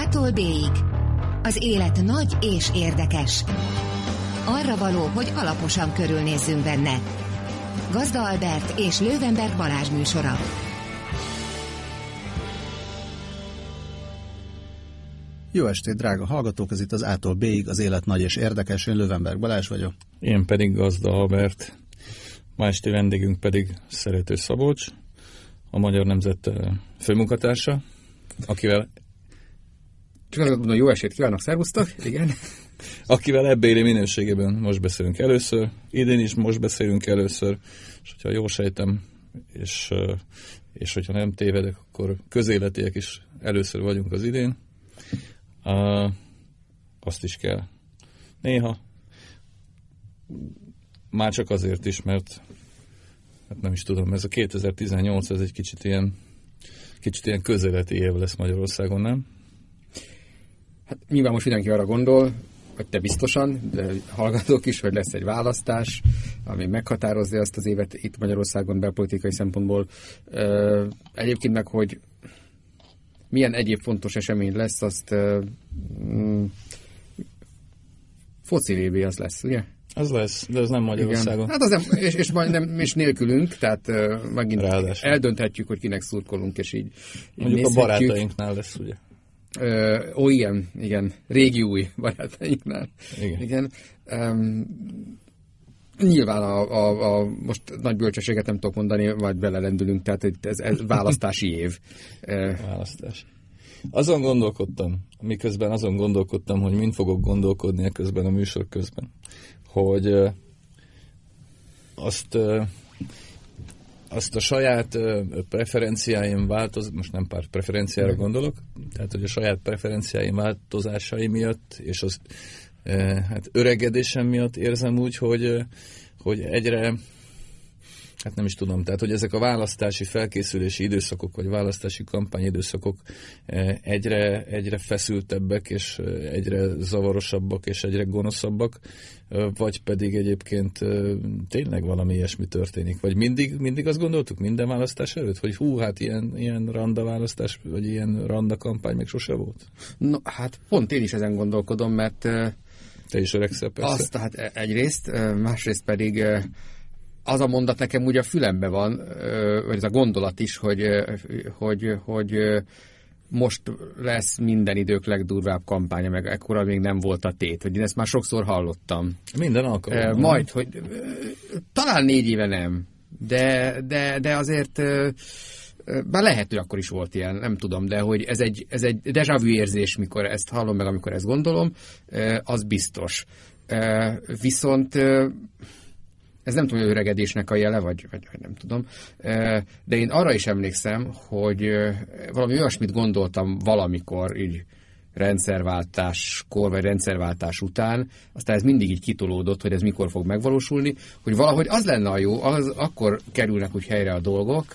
A-tól B-ig. Az élet nagy és érdekes. Arra való, hogy alaposan körülnézzünk benne. Gazda Albert és Löwenberg Balázs műsora. Jó estét, drága hallgatók! Ez itt az A-tól B-ig, az élet nagy és érdekes. Én Löwenberg Balázs vagyok. Én pedig Gazda Albert. Ma esti vendégünk pedig Szerető Szabolcs, a Magyar Nemzet főmunkatársa, akivel... Csak azt mondom, jó estét kívánok, szervusztok! Igen. Akivel ebbéli minőségében most beszélünk először. Idén is most beszélünk először, és hogyha jól sejtem, és hogyha nem tévedek, akkor közéletiek is először vagyunk az idén. Azt is kell. Néha már csak azért is, mert hát nem is tudom, ez a 2018, ez egy kicsit ilyen közéleti év lesz Magyarországon, nem? Hát nyilván most mindenki arra gondol, vagy te biztosan, de hallgatók is, hogy lesz egy választás, ami meghatározza azt az évet itt Magyarországon belpolitikai szempontból. Egyébként meg, hogy milyen egyéb fontos esemény lesz, azt foci VB az lesz, ugye? Az lesz, de ez nem Magyarországon. Igen. Hát az nem, és nélkülünk, tehát megint ráadásul eldönthetjük, hogy kinek szurkolunk, és így mondjuk nézhetjük. A barátainknál lesz, ugye? Igen. Régi új barátainknál. Igen. Nyilván most nagy bölcsességet nem tudok mondani, majd belerendülünk, tehát ez választási év. Választás. Azon gondolkodtam, hogy mind fogok gondolkodni közben a műsor közben, hogy azt a saját preferenciáim most nem pár preferenciára gondolok, tehát hogy a saját preferenciáim változásai miatt, és az hát öregedésem miatt érzem úgy, hogy egyre, hát nem is tudom, tehát hogy ezek a választási felkészülési időszakok, vagy választási kampányidőszakok egyre feszültebbek, és egyre zavarosabbak, és egyre gonoszabbak, vagy pedig egyébként tényleg valami ilyesmi történik. Vagy mindig azt gondoltuk minden választás előtt, hogy hát ilyen randa választás, vagy ilyen randa kampány még sose volt? No, hát pont én is ezen gondolkodom, mert te is öregszel, persze. Azt, hát egyrészt, másrészt pedig az a mondat nekem úgy a fülembe van, vagy ez a gondolat is, hogy most lesz minden idők legdurvább kampánya, meg ekkora még nem volt a tét, vagy én ezt már sokszor hallottam. Minden alkalommal. Majd, hogy talán 4 éve nem, de azért bár lehet, hogy akkor is volt ilyen, nem tudom, de hogy ez egy déjà vu érzés, mikor ezt hallom meg, amikor ezt gondolom, az biztos. Viszont ez nem tudom, hogy öregedésnek a jele, vagy nem tudom, de én arra is emlékszem, hogy valami olyasmit gondoltam valamikor így rendszerváltáskor, vagy rendszerváltás után, aztán ez mindig így kitolódott, hogy ez mikor fog megvalósulni, hogy valahogy az lenne a jó, akkor kerülnek úgy helyre a dolgok,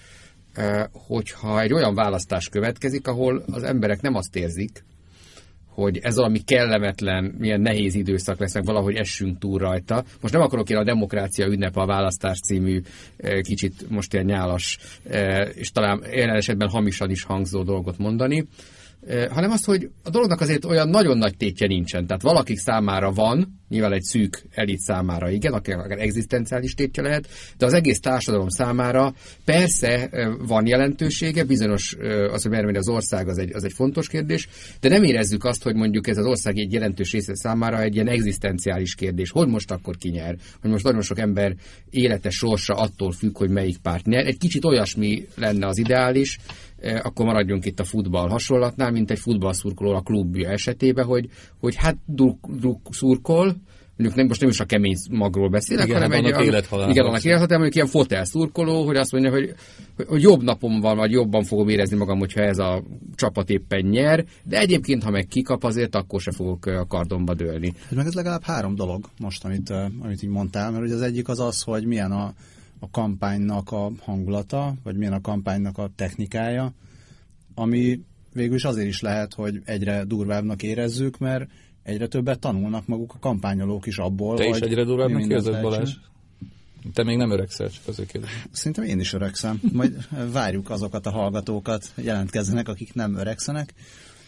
hogyha egy olyan választás következik, ahol az emberek nem azt érzik, hogy ez valami kellemetlen, milyen nehéz időszak lesz, meg valahogy essünk túl rajta. Most nem akarok én a Demokrácia ünnepe a választás című kicsit most ilyen nyálas, és talán jelen esetben hamisan is hangzó dolgot mondani, hanem azt, hogy a dolognak azért olyan nagyon nagy tétje nincsen. Tehát valakik számára van, nyilván egy szűk elit számára igen, akár egzisztenciális tétje lehet, de az egész társadalom számára persze van jelentősége, bizonyos az, hogy merre megy az ország, az egy fontos kérdés, de nem érezzük azt, hogy mondjuk ez az ország egy jelentős része számára egy ilyen egzisztenciális kérdés. Hogy most akkor ki nyer? Hogy most nagyon sok ember élete sorsa attól függ, hogy melyik párt nyer. Egy kicsit olyasmi lenne az ideális, akkor maradjunk itt a futball hasonlatnál, mint egy futballszurkoló a klubja esetében, hogy hát szurkol, mondjuk most nem is a kemény magról beszélek, igen, hanem annak élethalál, mondjuk ilyen fotelszurkoló, hogy azt mondja, hogy jobb napom van, vagy jobban fogom érezni magam, hogyha ez a csapat éppen nyer, de egyébként, ha meg kikap, azért akkor se fogok a kardomba dőlni. Meg ez legalább 3 dolog most, amit így mondtál, mert ugye az egyik az, hogy milyen a kampánynak a hangulata, vagy milyen a kampánynak a technikája, ami végül is azért is lehet, hogy egyre durvábbnak érezzük, mert egyre többet tanulnak maguk a kampányolók is abból. Te is egyre durvábbnak érzed, Balázs? Te még nem öregszel, csak azért kérdezem. Szerintem én is öregszem. Majd várjuk azokat a hallgatókat, jelentkezzenek, akik nem öregszenek.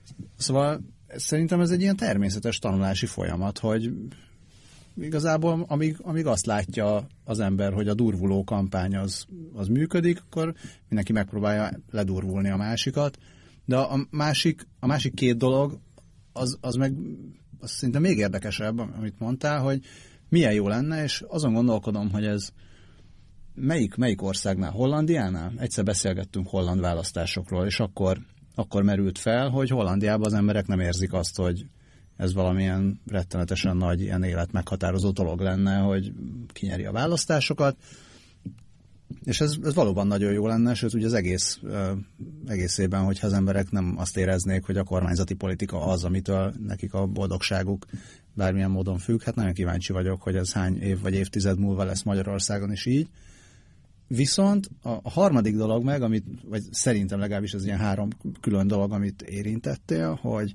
Szóval szerintem ez egy ilyen természetes tanulási folyamat, hogy igazából amíg azt látja az ember, hogy a durvuló kampány az működik, akkor mindenki megpróbálja ledurvulni a másikat, de a másik két dolog az meg az szerintem még érdekesebb, amit mondtál, hogy milyen jó lenne, és azon gondolkodom, hogy ez melyik országnál? Hollandiánál? Egyszer beszélgettünk holland választásokról, és akkor merült fel, hogy Hollandiában az emberek nem érzik azt, hogy ez valamilyen rettenetesen nagy ilyen életmeghatározó dolog lenne, hogy kinyeri a választásokat. És ez valóban nagyon jó lenne, sőt ugye az egészében, hogyha az emberek nem azt éreznék, hogy a kormányzati politika az, amitől nekik a boldogságuk bármilyen módon függ. Hát nagyon kíváncsi vagyok, hogy ez hány év vagy évtized múlva lesz Magyarországon is így. Viszont a harmadik dolog meg, vagy szerintem legalábbis ez ilyen 3 külön dolog, amit érintettél, hogy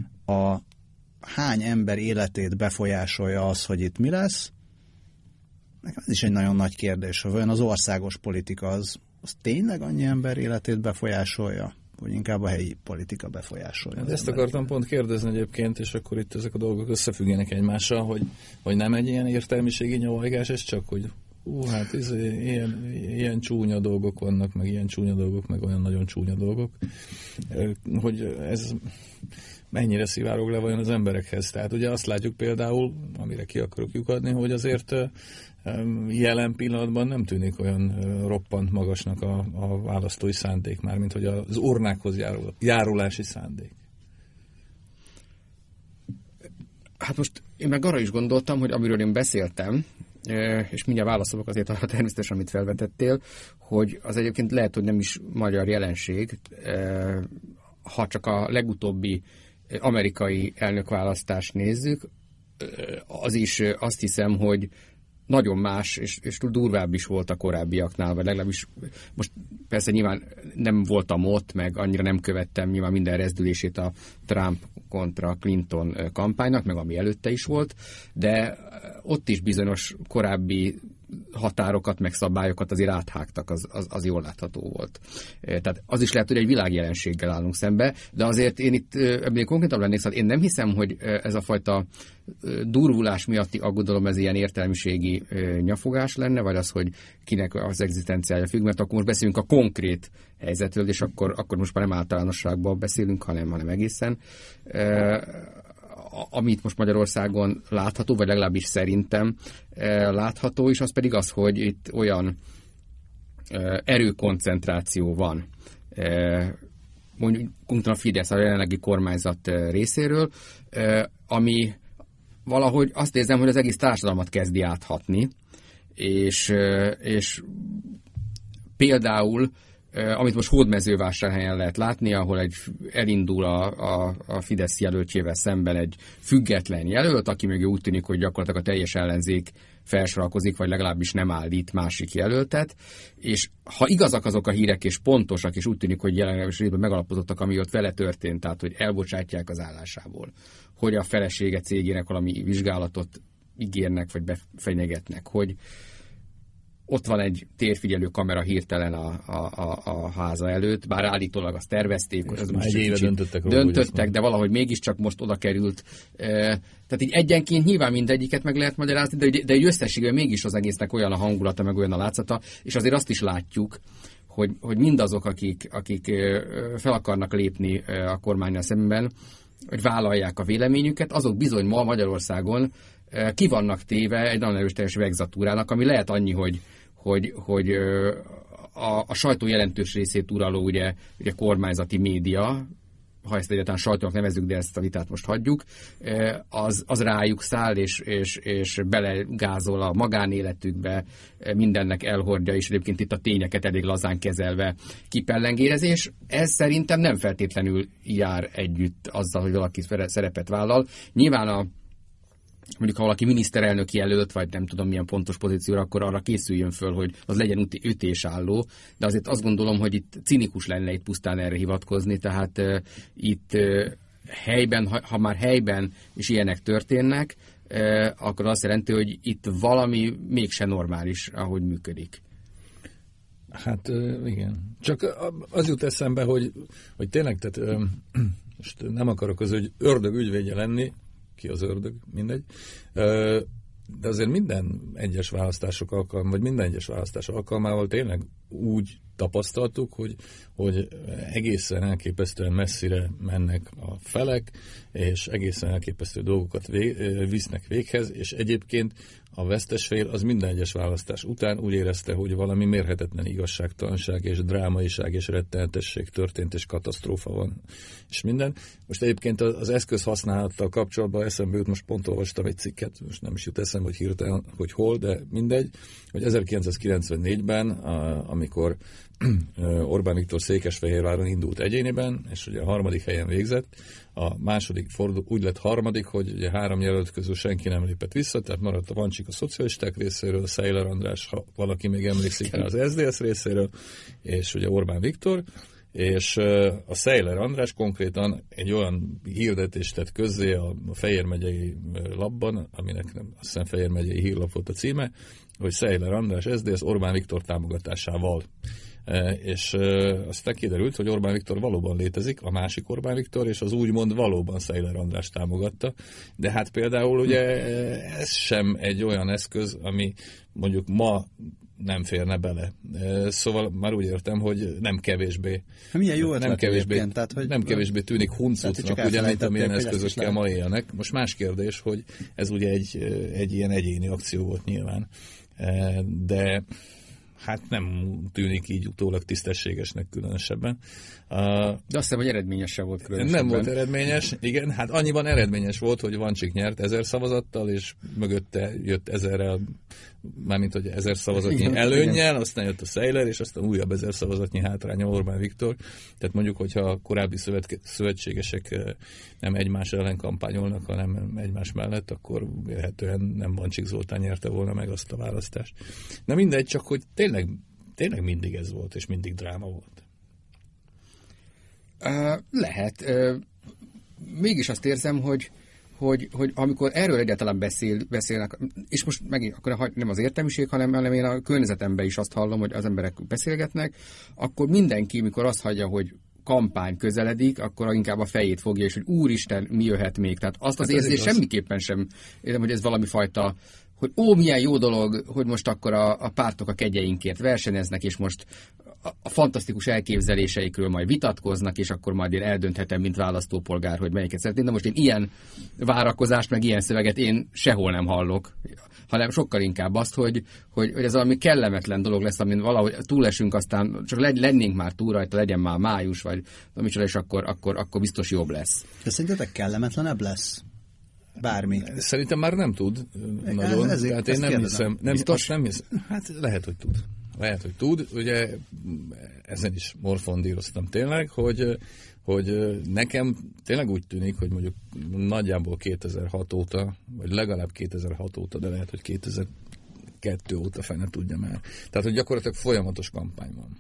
hány ember életét befolyásolja az, hogy itt mi lesz. Nekem ez is egy nagyon nagy kérdés, hogy olyan az országos politika az tényleg annyi ember életét befolyásolja, vagy inkább a helyi politika befolyásolja. Hát ezt akartam pont kérdezni egyébként, és akkor itt ezek a dolgok összefüggenek egymással, hogy nem egy ilyen értelmiségi nyavajgás, ez csak, hogy hát ilyen csúnya dolgok vannak, meg ilyen csúnya dolgok, meg olyan nagyon csúnya dolgok, hogy ez mennyire szivárog le vajon az emberekhez. Tehát ugye azt látjuk például, amire ki akarok lyukadni, hogy azért jelen pillanatban nem tűnik olyan roppant magasnak a választói szándék, mármint hogy az urnákhoz járulási szándék. Hát most én meg arra is gondoltam, hogy amiről én beszéltem, és mindjárt válaszolok azért arra természetesen, amit felvetettél, hogy az egyébként lehet, hogy nem is magyar jelenség, ha csak a legutóbbi amerikai elnökválasztást nézzük, az is azt hiszem, hogy nagyon más, és durvább is volt a korábbiaknál, vagy legalábbis most persze nyilván nem voltam ott, meg annyira nem követtem nyilván minden rezdülését a Trump kontra Clinton kampánynak, meg ami előtte is volt, de ott is bizonyos korábbi határokat, meg szabályokat azért áthágtak, az jól látható volt. Tehát az is lehet, hogy egy világjelenséggel állunk szembe, de azért én itt ebből konkrétan lennék, szóval én nem hiszem, hogy ez a fajta durvulás miatti aggodalom ez ilyen értelmiségi nyafogás lenne, vagy az, hogy kinek az egzisztenciája függ, mert akkor most beszélünk a konkrét helyzetről, és akkor most már nem általánosságban beszélünk, hanem egészen. Amit most Magyarországon látható, vagy legalábbis szerintem látható, és az pedig az, hogy itt olyan erőkoncentráció van, mondjuk a Fidesz, a jelenlegi kormányzat részéről, ami valahogy azt érzem, hogy az egész társadalmat kezdi áthatni, és például amit most Hódmezővásárhelyen lehet látni, ahol elindul a Fidesz jelöltjével szemben egy független jelölt, aki még úgy tűnik, hogy gyakorlatilag a teljes ellenzék felsorakozik, vagy legalábbis nem állít másik jelöltet, és ha igazak azok a hírek, és pontosak, és úgy tűnik, hogy jelenleges részben megalapozottak, ami ott vele történt, tehát hogy elbocsátják az állásából, hogy a felesége cégének valami vizsgálatot ígérnek, vagy befenyegetnek, hogy ott van egy térfigyelő kamera hirtelen a háza előtt, bár állítólag azt tervezték, hogy az most egy éve döntöttek, de valahogy mégiscsak most oda került. Tehát így egyenként nyilván mindegyiket meg lehet magyarázni, de egy összességében mégis az egésznek olyan a hangulata, meg olyan a látszata, és azért azt is látjuk, hogy mindazok, akik fel akarnak lépni a kormánnyal szemben, hogy vállalják a véleményüket, azok bizony ma Magyarországon ki vannak téve egy nagyon erős teljes vegzatúrának, ami lehet annyi, hogy a sajtó jelentős részét uraló ugye kormányzati média, ha ezt egyáltalán sajtónak nevezzük, de ezt a vitát most hagyjuk, az rájuk száll, és belegázol a magánéletükbe, mindennek elhordja, és egyébként itt a tényeket elég lazán kezelve kipellengérezés. Ez szerintem nem feltétlenül jár együtt azzal, hogy valaki szerepet vállal. Nyilván mondjuk ha valaki miniszterelnök jelölt, vagy nem tudom milyen pontos pozícióra, akkor arra készüljön föl, hogy az legyen ütésálló, de azért azt gondolom, hogy itt cinikus lenne itt pusztán erre hivatkozni, tehát itt helyben, ha már helyben is ilyenek történnek, akkor azt jelenti, hogy itt valami mégse normális, ahogy működik. Hát igen. Csak az jut eszembe, hogy tényleg, tehát most nem akarok az ördög ügyvédje lenni, ki az ördög, mindegy, de azért minden egyes választás alkalmával tényleg úgy tapasztaltuk, hogy egészen elképesztően messzire mennek a felek, és egészen elképesztő dolgokat visznek véghez, és egyébként a vesztes fél az minden egyes választás után úgy érezte, hogy valami mérhetetlen igazságtalanság és drámaiság és rettenetesség történt, és katasztrófa van, és minden. Most egyébként az eszköz használattal kapcsolatban eszembe jut, most pont olvastam egy cikket, most nem is jut eszembe, hogy hirtelen, hogy hol, de mindegy, hogy 1994-ben, amikor Orbán Viktor Székesfehérváron indult egyéniben, és ugye a 3. helyen végzett, a második forduló úgy lett 3., hogy ugye 3 jelölt közül senki nem lépett vissza, tehát maradt a Vancsik a szocialisták részéről, Szeiller András, ha valaki még emlékszik rá, az SZDSZ részéről, és ugye Orbán Viktor, és a Szeiller András konkrétan egy olyan hirdetést tett közzé a Fejér megyei lapban, aminek azt hiszem Fejér megyei hírlap volt a címe, hogy Szeiller András SZDSZ Orbán Viktor támogatásával. És aztán kiderült, hogy Orbán Viktor valóban létezik, a másik Orbán Viktor, és az úgymond valóban Szeiller András támogatta. De hát például ugye ez sem egy olyan eszköz, ami mondjuk ma nem férne bele. Szóval már úgy értem, hogy nem kevésbé. Milyen jó ötlet nem kevésbé tűnik huncutnak, ugye, mint amilyen eszközökkel ma élnek. Most más kérdés, hogy ez ugye egy ilyen egyéni akció volt nyilván. De hát nem tűnik így utólag tisztességesnek különösebben. De azt hiszem, hogy eredményes sem volt különösebben. Nem volt eredményes, igen. Hát annyiban eredményes volt, hogy Vancsik nyert 1000 szavazattal, és mögötte jött 1000-rel, mármint hogy 1000 szavazatnyi előnnyel, aztán jött a Szeiller, és aztán újabb 1000 szavazatnyi hátránya Orbán Viktor. Tehát mondjuk, hogyha a korábbi szövetségesek nem egymás ellen kampányolnak, hanem egymás mellett, akkor vélhetően nem Vancsik Zoltán nyerte volna meg azt a választást. Na mindegy, csak hogy tényleg mindig ez volt, és mindig dráma volt. Lehet. Mégis azt érzem, hogy amikor erről egyáltalán beszélnek, és most megint akkor nem az értelmiség, hanem én a környezetemben is azt hallom, hogy az emberek beszélgetnek, akkor mindenki, mikor azt hagyja, hogy kampány közeledik, akkor inkább a fejét fogja, és hogy úristen, mi jöhet még. Tehát azt az érzés semmiképpen sem érzem, hogy ez valami fajta, hogy milyen jó dolog, hogy most akkor a pártok a kegyeinkért versenyeznek, és most a fantasztikus elképzeléseikről majd vitatkoznak, és akkor majd én eldönthetem, mint választópolgár, hogy melyiket szeretném. De most én ilyen várakozást, meg ilyen szöveget én sehol nem hallok, hanem sokkal inkább azt, hogy ez valami kellemetlen dolog lesz, amin valahogy túlesünk, aztán csak lennénk már túl rajta, legyen már május, vagy amicsoda, és akkor biztos jobb lesz. De szerintetek kellemetlenebb lesz? Bármi. Szerintem már nem tud nagyon. Tehát én nem hiszem. Nem hiszem. Hát lehet, hogy tud. Lehet, hogy tud. Ugye ezen is morfondíroztam tényleg, hogy nekem tényleg úgy tűnik, hogy mondjuk nagyjából 2006 óta, vagy legalább 2006 óta, de lehet, hogy 2002 óta fene tudja már. Tehát, hogy gyakorlatilag folyamatos kampány van.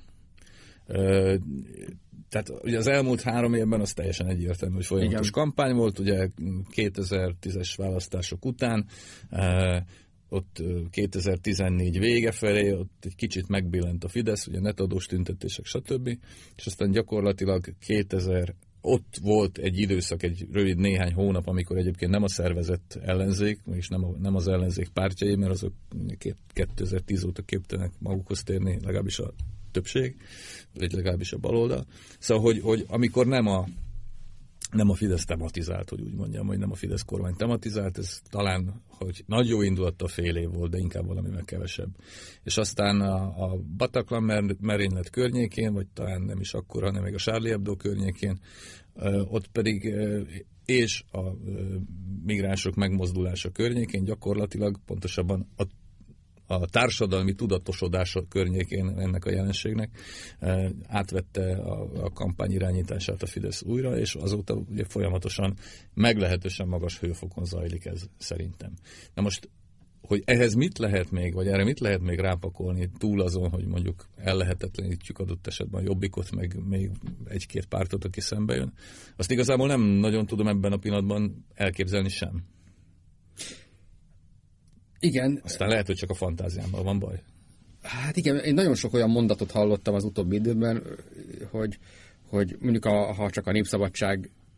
Tehát ugye az elmúlt 3 évben az teljesen egyértelmű, hogy folyamatos kampány volt, ugye 2010-es választások után, ott 2014 vége felé, ott egy kicsit megbillent a Fidesz, ugye netadós tüntetések, stb. És aztán gyakorlatilag ott volt egy időszak, egy rövid néhány hónap, amikor egyébként nem a szervezett ellenzék, és nem az ellenzék pártjai, mert azok 2010 óta képtelenek magukhoz térni, legalábbis a többség, vagy legalábbis a baloldal. Szóval, hogy amikor nem a Fidesz tematizált, hogy úgy mondjam, hogy nem a Fidesz kormány tematizált, ez talán, hogy nagy jó indulattal fél év volt, de inkább valami meg kevesebb. És aztán a Bataclan merénylet környékén, vagy talán nem is akkor, hanem még a Charlie Hebdo környékén, ott pedig és a migránsok megmozdulása környékén gyakorlatilag pontosabban a társadalmi tudatosodása környékén ennek a jelenségnek átvette a kampány irányítását a Fidesz újra, és azóta ugye folyamatosan meglehetősen magas hőfokon zajlik ez szerintem. Na most, hogy ehhez mit lehet még, vagy erre mit lehet még rápakolni túl azon, hogy mondjuk ellehetetlenítjük adott esetben a Jobbikot, meg még egy-két pártot, aki szembe jön, azt igazából nem nagyon tudom ebben a pillanatban elképzelni sem. Igen. Aztán lehet, hogy csak a fantáziámmal van baj. Hát igen, én nagyon sok olyan mondatot hallottam az utóbbi időben, hogy mondjuk ha csak a Népszabadság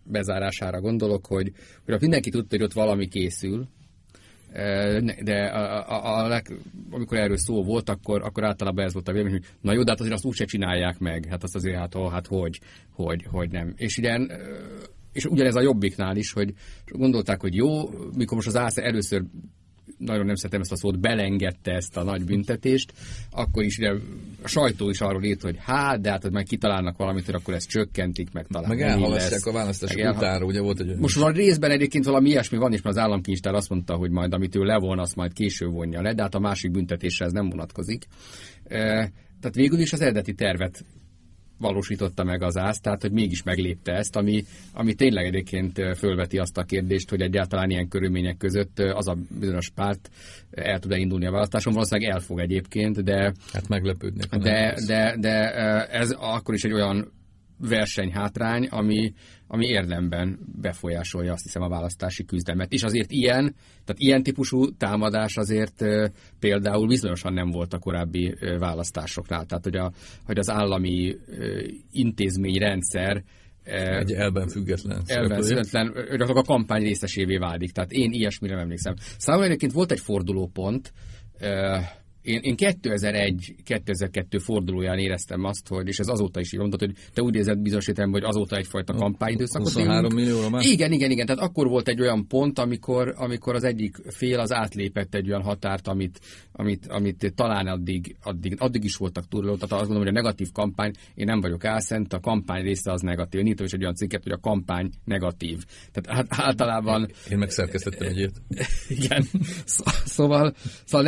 bezárására gondolok, hogy mindenki tudta, hogy ott valami készül, de amikor erről szó volt, akkor általában ez volt a vélemény, hogy na jó, de hát azért azt úgyse csinálják meg. Hát azt azért, hogy nem. És ugyanez a Jobbiknál is, hogy gondolták, hogy jó, mikor most az ÁSZ először, nagyon nem szeretem ezt a szót, belengedte ezt a nagy büntetést, akkor is ugye a sajtó is arról írt, hogy de hát majd kitalálnak valamit, hogy akkor ezt csökkentik, meg talán. Meg elhalasztják a választások utánra, ugye volt egy... Most van részben egyébként valami ilyesmi van, és már az államkincstár azt mondta, hogy majd amit ő levon, azt majd később vonja le, de hát a másik büntetésre ez nem vonatkozik. Tehát végül is az eredeti tervet valósította meg az ÁSZ, tehát hogy mégis meglépte ezt, ami tényleg egyébként fölveti azt a kérdést, hogy egyáltalán ilyen körülmények között az a bizonyos párt el tud indulni a választáson. Valószínűleg el fog egyébként, de... Hát meglepődnék. De ez akkor is egy olyan versenyhátrány, ami érdemben befolyásolja, azt hiszem, a választási küzdelmet. És azért ilyen típusú támadás azért például bizonyosan nem volt a korábbi választásoknál. Tehát, hogy az állami intézményrendszer egy elben független, a kampány részesévé válik. Tehát én ilyesmire emlékszem. Számomra egyébként volt egy fordulópont, Én 2001-2002 fordulóján éreztem azt, hogy, és ez azóta is így mondtad, hogy te úgy érzed bizonyos értelemben, hogy azóta egyfajta kampányidőszakot. 23 millióra már? Igen. Tehát akkor volt egy olyan pont, amikor az egyik fél az átlépett egy olyan határt, amit talán addig is voltak túlról. Tehát azt gondolom, hogy a negatív kampány, én nem vagyok álszent, a kampány része az negatív. Én írtam is egy olyan cikket, hogy a kampány negatív. Tehát általában... Én megszerkesztettem egy ilyet. Igen. Szóval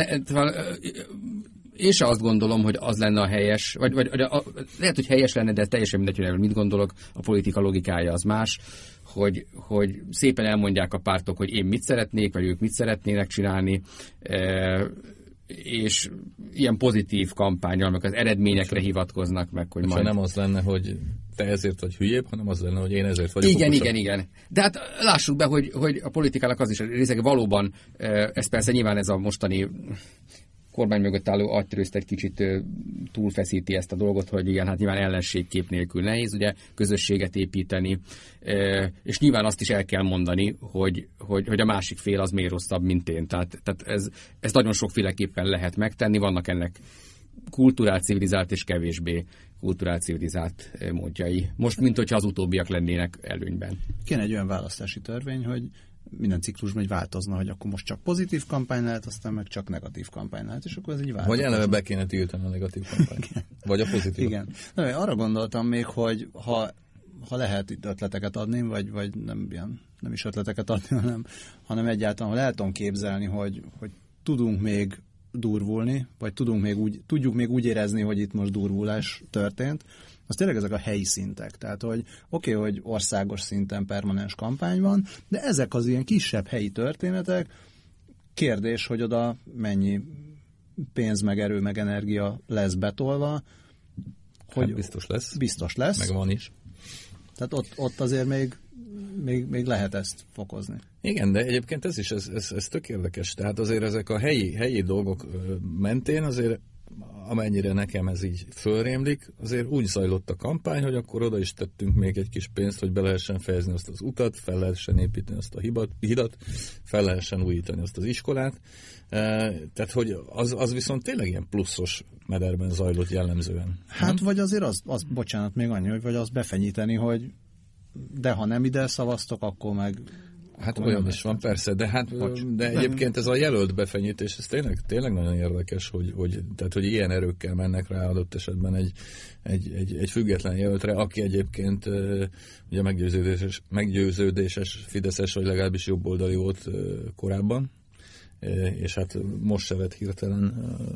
én se azt gondolom, hogy az lenne a helyes, vagy lehet, hogy helyes lenne, de teljesen mindegy, hogy mit gondolok, a politika logikája az más, hogy szépen elmondják a pártok, hogy én mit szeretnék, vagy ők mit szeretnének csinálni, és ilyen pozitív kampánnyal, meg az eredményekre hivatkoznak meg, hogy majd... nem az lenne, hogy te ezért vagy hülyébb, hanem az lenne, hogy én ezért vagyok okosabb. Igen. De hát lássuk be, hogy a politikának az is részeg valóban, ez persze nyilván ez a mostani kormány mögött álló agytrőzt egy kicsit túlfeszíti ezt a dolgot, hogy igen, hát nyilván ellenségkép nélkül nehéz ugye közösséget építeni, és nyilván azt is el kell mondani, hogy a másik fél az miért rosszabb, mint én. Tehát ez nagyon sokféleképpen lehet megtenni, vannak ennek kulturált, civilizált és kevésbé kulturált, civilizált módjai. Most, mint hogyha az utóbbiak lennének előnyben. Kéne egy olyan választási törvény, hogy minden ciklusban így változna, hogy akkor most csak pozitív kampány lehet, aztán meg csak negatív kampány lehet, és akkor ez így változna. Vagy eleve be kéne tiltani a negatív kampányt. Vagy a pozitív. Igen. Na, arra gondoltam még, hogy ha lehet itt ötleteket adni, vagy nem is ötleteket adni, hanem egyáltalán, ha lehet tudom képzelni, hogy tudunk még durvulni, vagy tudjuk még úgy érezni, hogy itt most durvulás történt, az tényleg ezek a helyi szintek. Tehát, hogy oké, hogy országos szinten permanens kampány van, de ezek az ilyen kisebb helyi történetek, kérdés, hogy oda mennyi pénz, meg erő, meg energia lesz betolva. Hogy biztos lesz. Biztos lesz. Meg van is. Tehát ott azért még lehet ezt fokozni. Igen, de egyébként ez tök érdekes. Tehát azért ezek a helyi dolgok mentén azért amennyire nekem ez így fölrémlik, azért úgy zajlott a kampány, hogy akkor oda is tettünk még egy kis pénzt, hogy be lehessen fejezni azt az utat, fel lehessen építeni azt a hidat, fel lehessen újítani azt az iskolát. Tehát, hogy az viszont tényleg ilyen pluszos mederben zajlott jellemzően. Hát, nem? Vagy azért bocsánat, még annyi, hogy vagy azt befenyíteni, hogy de ha nem ide szavaztok, akkor meg... Hát olyan is van, persze, de egyébként ez a jelölt befenyítés, ez tényleg nagyon érdekes, hogy ilyen erőkkel mennek rá adott esetben egy független jelöltre, aki egyébként ugye meggyőződéses fideszes, vagy legalábbis jobboldali volt korábban, és hát most se vett hirtelen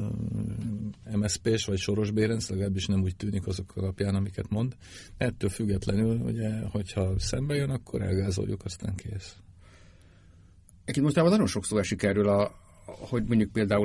MSZP-s vagy Soros Bérenc, legalábbis nem úgy tűnik azok alapján, amiket mond. Ettől függetlenül, ugye, hogyha szembe jön, akkor elgázoljuk, aztán kész. Egyébként mostában nagyon sok szó esik erről, hogy mondjuk például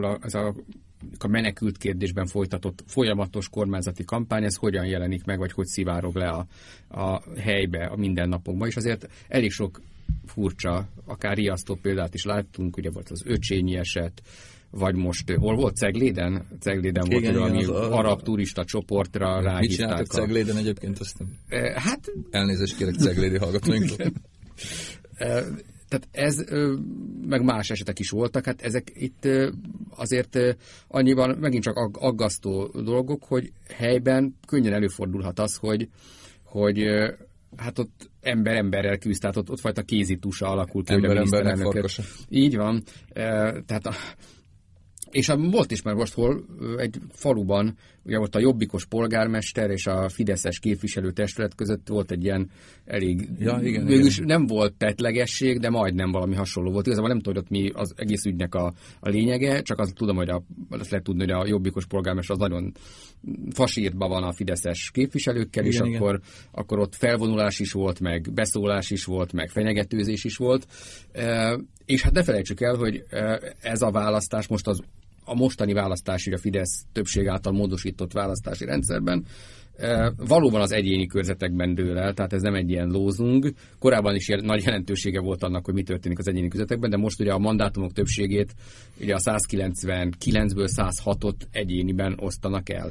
a menekült kérdésben folytatott folyamatos kormányzati kampány, ez hogyan jelenik meg, vagy hogy szivárog le a helybe, a mindennapokban, és azért elég sok furcsa, akár riasztó példát is láttunk, ugye volt az Öcsényi eset, vagy most hol volt? Cegléden volt, igen, ami arab turista csoportra ráhívták. Mit csináltak Cegléden egyébként? Aztán hát... Elnézést kérek ceglédi hallgatóinktól. Tehát ez, meg más esetek is voltak, hát ezek itt azért annyiban megint csak aggasztó dolgok, hogy helyben könnyen előfordulhat az, hogy hát ott ember emberrel küzd, tehát ott fajta kézitusa alakul ki. Embernek farkasa. Így van. Tehát és volt is már most hol egy faluban, ugye ott a jobbikos polgármester és a fideszes képviselőtestület között volt egy ilyen elég... Ja, igen. Nem volt tettlegesség, de majdnem valami hasonló volt. Igazából nem tudom, hogy ott mi az egész ügynek a lényege, csak azt tudom, hogy azt lehet tudni, hogy a jobbikos polgármester az nagyon fasírtban van a fideszes képviselőkkel, igen, és igen. Akkor ott felvonulás is volt, meg beszólás is volt, meg fenyegetőzés is volt. És hát ne felejtsük el, hogy ez a választás most a mostani választási, a Fidesz többség által módosított választási rendszerben valóban az egyéni körzetekben dől el, tehát ez nem egy ilyen lózung. Korábban is nagy jelentősége volt annak, hogy mi történik az egyéni körzetekben, de most ugye a mandátumok többségét ugye a 199-ből 106-ot egyéniben osztanak el.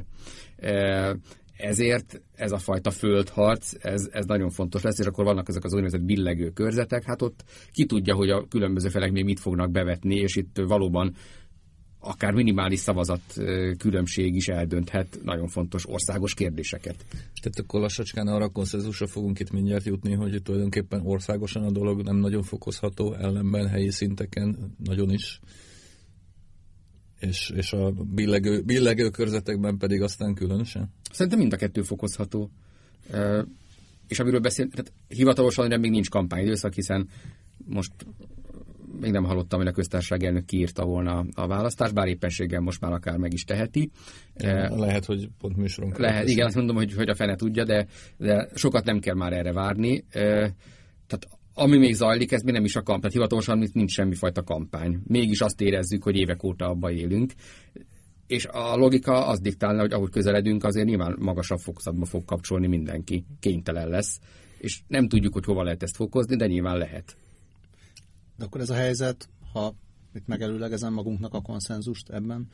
Ezért ez a fajta földharc, ez nagyon fontos lesz, és akkor vannak ezek az úgynevezett billegő körzetek, hát ott ki tudja, hogy a különböző felek még mit fognak bevetni, és itt valóban akár minimális szavazat különbség is eldönthet nagyon fontos országos kérdéseket. Tehát akkor lassacskán arra a konszenzusra fogunk itt mindjárt jutni, hogy tulajdonképpen országosan a dolog nem nagyon fokozható, ellenben helyi szinteken nagyon is. És a billegő körzetekben pedig aztán különösen? Szerintem mind a kettő fokozható. És amiről beszél, tehát hivatalosan még nincs kampányidőszak, hiszen most még nem hallottam, hogy a köztársaság elnök kiírta volna a választást, bár éppenséggel most már akár meg is teheti. Lehet, hogy pont műsorunk. Lehet, igen, azt mondom, hogy a fene tudja, de sokat nem kell már erre várni. Tehát ami még zajlik, ez még nem is a kampány. Tehát hivatalosan nincs semmifajta kampány. Mégis azt érezzük, hogy évek óta abba élünk. És a logika az diktálna, hogy ahogy közeledünk, azért nyilván magasabb fokozatba fog kapcsolni mindenki. Kénytelen lesz. És nem tudjuk, hogy hova lehet ezt fokozni, de nyilván lehet. De akkor ez a helyzet, ha itt megelőlegezem magunknak a konszenzust ebben,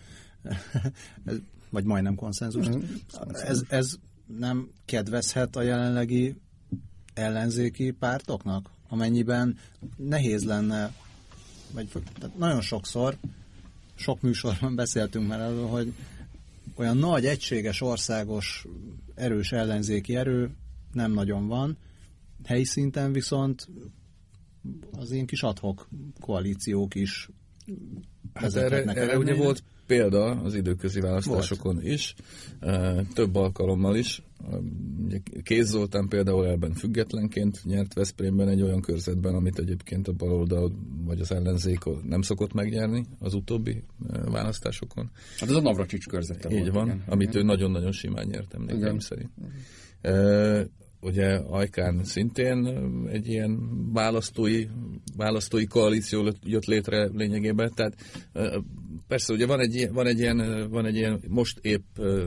vagy majdnem konszenzust, ez nem kedvezhet a jelenlegi ellenzéki pártoknak, amennyiben nehéz lenne, vagy tehát nagyon sokszor, sok műsorban beszéltünk már erről, hogy olyan nagy, egységes, országos, erős ellenzéki erő nem nagyon van, helyi szinten viszont az ilyen kis ad-hoc koalíciók is vezethetnek. Hát erre ugye volt példa az időközi választásokon is, több alkalommal is. Kéz Zoltán például elben függetlenként nyert Veszprémben egy olyan körzetben, amit egyébként a baloldal vagy az ellenzék nem szokott megnyerni az utóbbi választásokon. Hát ez a Navracsics körzete volt. Így van, igen, amit igen. Ő nagyon-nagyon simán nyert, emlékeim szerint. Ugye Ajkán szintén egy ilyen választói koalíció jött létre lényegében, tehát persze ugye van egy ilyen most épp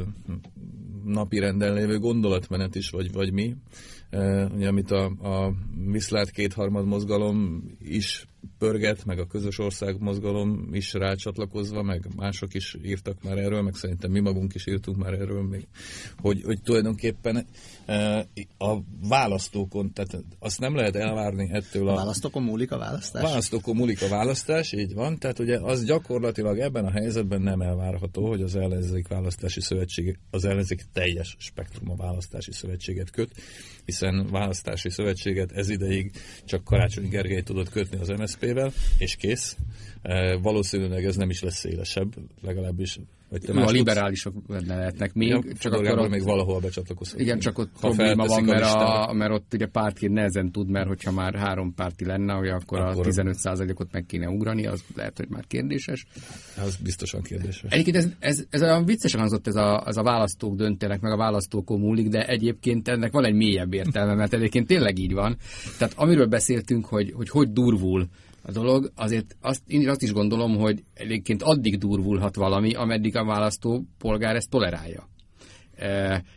napirenden lévő gondolatmenet is, vagy mi, ugye, amit a Viszlát kétharmad mozgalom is pörget, meg a közös ország mozgalom is rácsatlakozva, meg mások is írtak már erről, meg szerintem mi magunk is írtunk már erről még, hogy tulajdonképpen a választókon, tehát azt nem lehet elvárni ettől a választókon múlik a választás? Választókon múlik a választás, így van, tehát ugye az gyakorlatilag ebben a helyzetben nem elvárható, hogy az ellenzék választási szövetség, az ellenzék teljes spektruma választási szövetséget köt, hiszen választási szövetséget ez ideig csak Karácsony Gergely tudott kötni az MSZP-vel, és kész. Valószínűleg ez nem is lesz szélesebb, legalábbis. A liberálisok benne lehetnek még. Ja, csak akkor ott, még valahol becsatlakozhat. Igen, csak ott probléma van, mert ott ugye pártként nehezen tud, mert hogyha már 3 párti lenne, akkor a 15%-ot meg kéne ugrani, az lehet, hogy már kérdéses. Az biztosan kérdéses. Egyébként ez olyan viccesen hangzott, ez a választók döntenek, meg a választókon múlik, de egyébként ennek van egy mélyebb értelme, mert egyébként tényleg így van. Tehát amiről beszéltünk, hogy durvul a dolog, azért én azt is gondolom, hogy egyébként addig durvulhat valami, ameddig a választópolgár ezt tolerálja.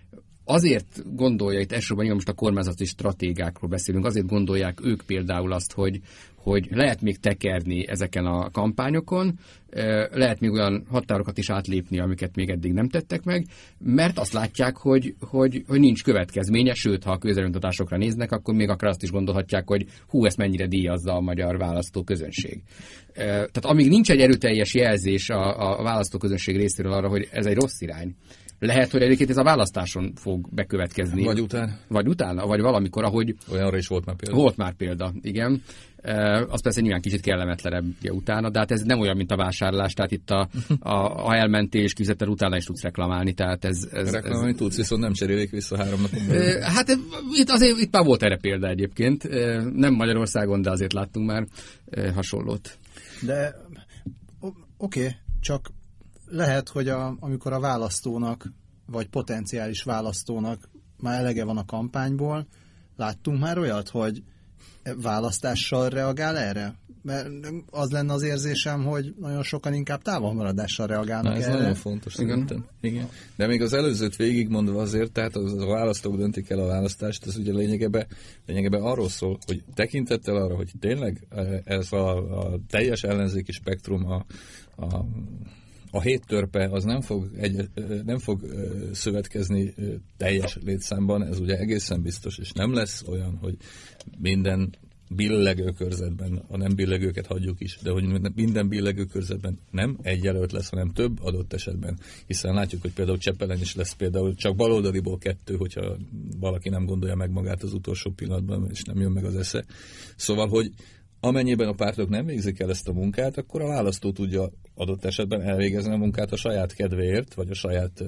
azért gondolja, itt elsősorban most a kormányzati stratégákról beszélünk, azért gondolják ők például azt, hogy lehet még tekerni ezeken a kampányokon, lehet még olyan határokat is átlépni, amiket még eddig nem tettek meg, mert azt látják, hogy nincs következménye, sőt, ha a közvéleménykutatásokra néznek, akkor még akár azt is gondolhatják, hogy ezt mennyire díjazza a magyar választóközönség. Tehát amíg nincs egy erőteljes jelzés a választóközönség részéről arra, hogy ez egy rossz irány, lehet, hogy egyébként ez a választáson fog bekövetkezni. Vagy után. Vagy utána, vagy valamikor, ahogy... Olyanra is volt már példa. Volt már példa, igen. Az persze nyilván kicsit kellemetlenebb ugye, utána, de hát ez nem olyan, mint a vásárlás, tehát itt ha elmentél és kifizetted, utána is tudsz reklamálni, tehát ez reklamálni tudsz, viszont nem cserélik vissza 3 napon belül. Hát itt már volt erre példa egyébként. Nem Magyarországon, de azért láttunk már hasonlót. De oké, csak lehet, hogy amikor a választónak, vagy potenciális választónak már elege van a kampányból, láttunk már olyat, hogy választással reagál erre? Mert az lenne az érzésem, hogy nagyon sokan inkább távolmaradással reagálnak erre. Ez nagyon fontos szerintem. Igen. De még az előzőt végigmondva azért, tehát a választók döntik el a választást, ez ugye lényegében arról szól, hogy tekintettel arra, hogy tényleg ez a teljes ellenzéki spektrum, a 7 törpe az nem fog szövetkezni teljes létszámban, ez ugye egészen biztos, és nem lesz olyan, hogy minden billegő körzetben, a nem billegőket hagyjuk is, de hogy minden billegő körzetben nem egy jelölt lesz, hanem több adott esetben. Hiszen látjuk, hogy például Csepelen is lesz például csak baloldaliból 2, hogyha valaki nem gondolja meg magát az utolsó pillanatban, és nem jön meg az esze. Szóval, hogy amennyiben a pártok nem végzik el ezt a munkát, akkor a választó tudja adott esetben elvégezni a munkát a saját kedvéért, vagy a saját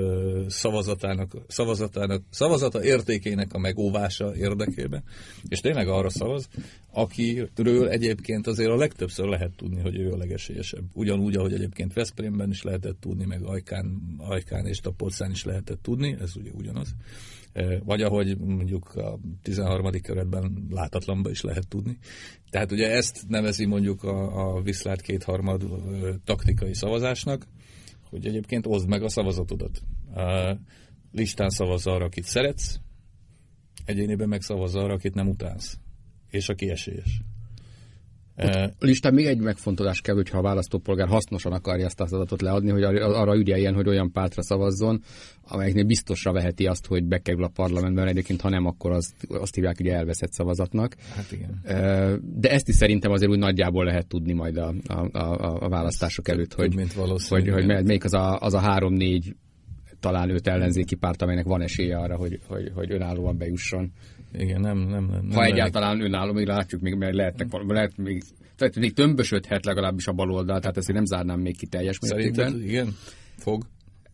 szavazata értékének a megóvása érdekében, és tényleg arra szavaz, akiről egyébként azért a legtöbbször lehet tudni, hogy ő a legesélyesebb. Ugyanúgy, ahogy egyébként Veszprémben is lehetett tudni, meg Ajkán és Tapolcán is lehetett tudni, ez ugye ugyanaz. Vagy ahogy mondjuk a 13. kerületben látatlanban is lehet tudni. Tehát ugye ezt nevezi mondjuk a viszlát 2/3 taktikai szavazásnak, hogy egyébként oszd meg a szavazatodat. Listán szavazz arra, akit szeretsz, egyéniben meg szavazz arra, akit nem utálsz, és aki esélyes. A listán még egy megfontolás kell, hogyha a választópolgár hasznosan akarja ezt az adatot leadni, hogy arra ügyeljen, hogy olyan pártra szavazzon, amelyeknél biztosra veheti azt, hogy bekerül a parlamentben, egyébként ha nem, akkor azt hívják ugye elveszett szavazatnak. Hát igen. De ezt is szerintem azért úgy nagyjából lehet tudni majd a választások előtt, hogy melyik az a 3-4 talán 5 ellenzéki párt, amelynek van esélye arra, hogy önállóan bejusson. Igen, nem ha egyáltalán önálló, még látjuk, még lehet még tömbösödhet legalábbis a baloldal, tehát ezt én nem zárnám még ki teljes mértékben. Szerinted igen? Fog?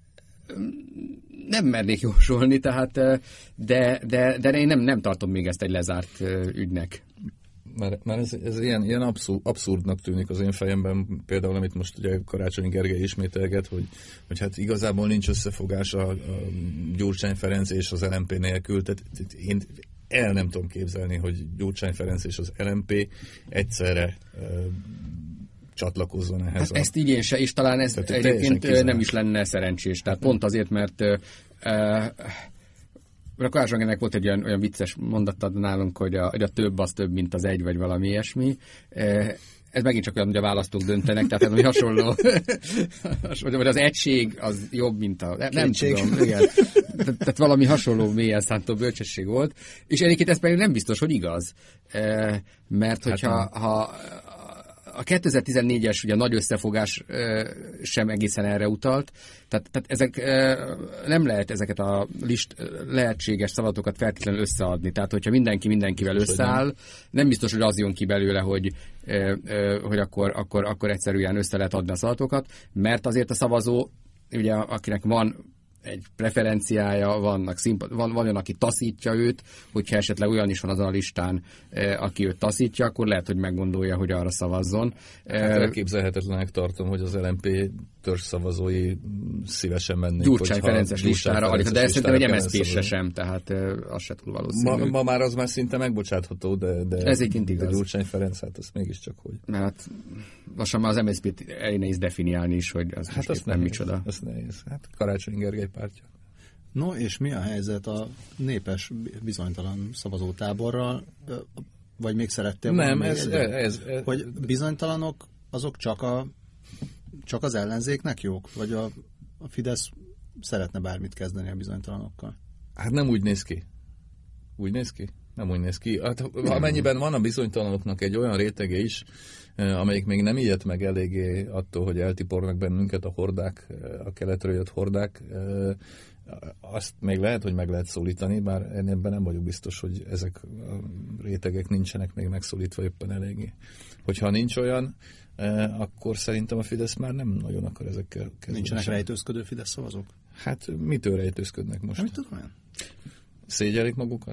Nem mernék jósolni, tehát, de én nem tartom még ezt egy lezárt ügynek. Mert ez ilyen abszurdnak tűnik az én fejemben, például amit most ugye Karácsony Gergely ismételget, hogy hát igazából nincs összefogás a Gyurcsány Ferenc és az LMP nélkül, tehát én el nem tudom képzelni, hogy Gyurcsány Ferenc és az LMP egyszerre csatlakozzon ehhez. Hát ezt így én se, és talán ez egyébként nem is lenne szerencsés. Tehát pont azért, mert a Karácsony Gergelynek volt egy olyan vicces mondatad nálunk, hogy a több az több, mint az egy, vagy valami ilyesmi. Ez megint csak olyan, hogy a választók döntenek, tehát ez hasonló. Vagy az egység az jobb, mint nem tudom. Igen. Tehát valami hasonló mélyen szántó bölcsesség volt. És egyébként ez pedig nem biztos, hogy igaz. Mert hogyha a 2014-es ugye nagy összefogás sem egészen erre utalt, tehát ezek nem lehet ezeket a lehetséges szavazatokat feltétlenül összeadni. Tehát, hogyha mindenki mindenkivel összeáll, nem biztos, hogy az jön ki belőle, hogy akkor egyszerűen össze lehet adni a szavazatokat, mert azért a szavazó, ugye, akinek van egy preferenciája, van olyan, aki taszítja őt, hogyha esetleg olyan is van azon a listán, aki őt taszítja, akkor lehet, hogy meggondolja, hogy arra szavazzon. Hát elképzelhetetlenek tartom, hogy az LMP törzsszavazói szívesen mennék. Gyurcsány Ferences listára, de ezt szerintem egy MSZP-se sem, tehát az se túl valószínű. Ma már az már szinte megbocsátható, de ez egyébként igaz. Gyurcsány Ferenc, hát az mégiscsak hogy. Mert lassan már az MSZP-t nehéz definiálni is, hogy az hát nem micsoda. Ez nehéz. Hát Karácsony Gergely pártja. No, és mi a helyzet a népes bizonytalan szavazótáborral? Vagy még szerettél Nem, ez, hogy bizonytalanok azok csak az ellenzéknek jók? Vagy a Fidesz szeretne bármit kezdeni a bizonytalanokkal? Hát nem úgy néz ki. Úgy néz ki? Nem úgy néz ki. Hát, amennyiben van a bizonytalanoknak egy olyan rétege is, amelyik még nem ijedt meg eléggé attól, hogy eltipornak bennünket a hordák, a keletről jött hordák, azt még lehet, hogy meg lehet szólítani, bár ebben nem vagyok biztos, hogy ezek a rétegek nincsenek még megszólítva éppen eléggé. Hogyha nincs olyan, akkor szerintem a Fidesz már nem nagyon akar ezekkel kezdeni. Nincsenek rejtőzködő Fidesz szavazók? Hát mitől rejtőzködnek most? Mit tudom én? Szégyelik magukat?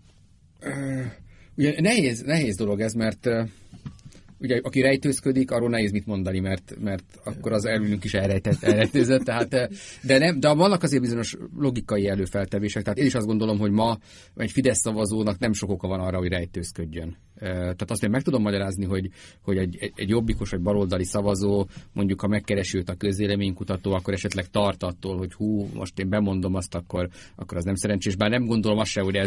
Ugye nehéz dolog ez, mert ugye aki rejtőzködik, arról nehéz mit mondani, mert akkor az elülünk is elrejtőzött, tehát, de vannak azért bizonyos logikai előfeltevések, tehát én is azt gondolom, hogy ma egy Fidesz szavazónak nem sok oka van arra, hogy rejtőzködjön. Tehát azt még meg tudom magyarázni, hogy egy jobbikos vagy baloldali szavazó, mondjuk ha megkeresi őt a közvéleménykutató, akkor esetleg tart attól, hogy most én bemondom azt, akkor az nem szerencsés. Bár nem gondolom azt se, hogy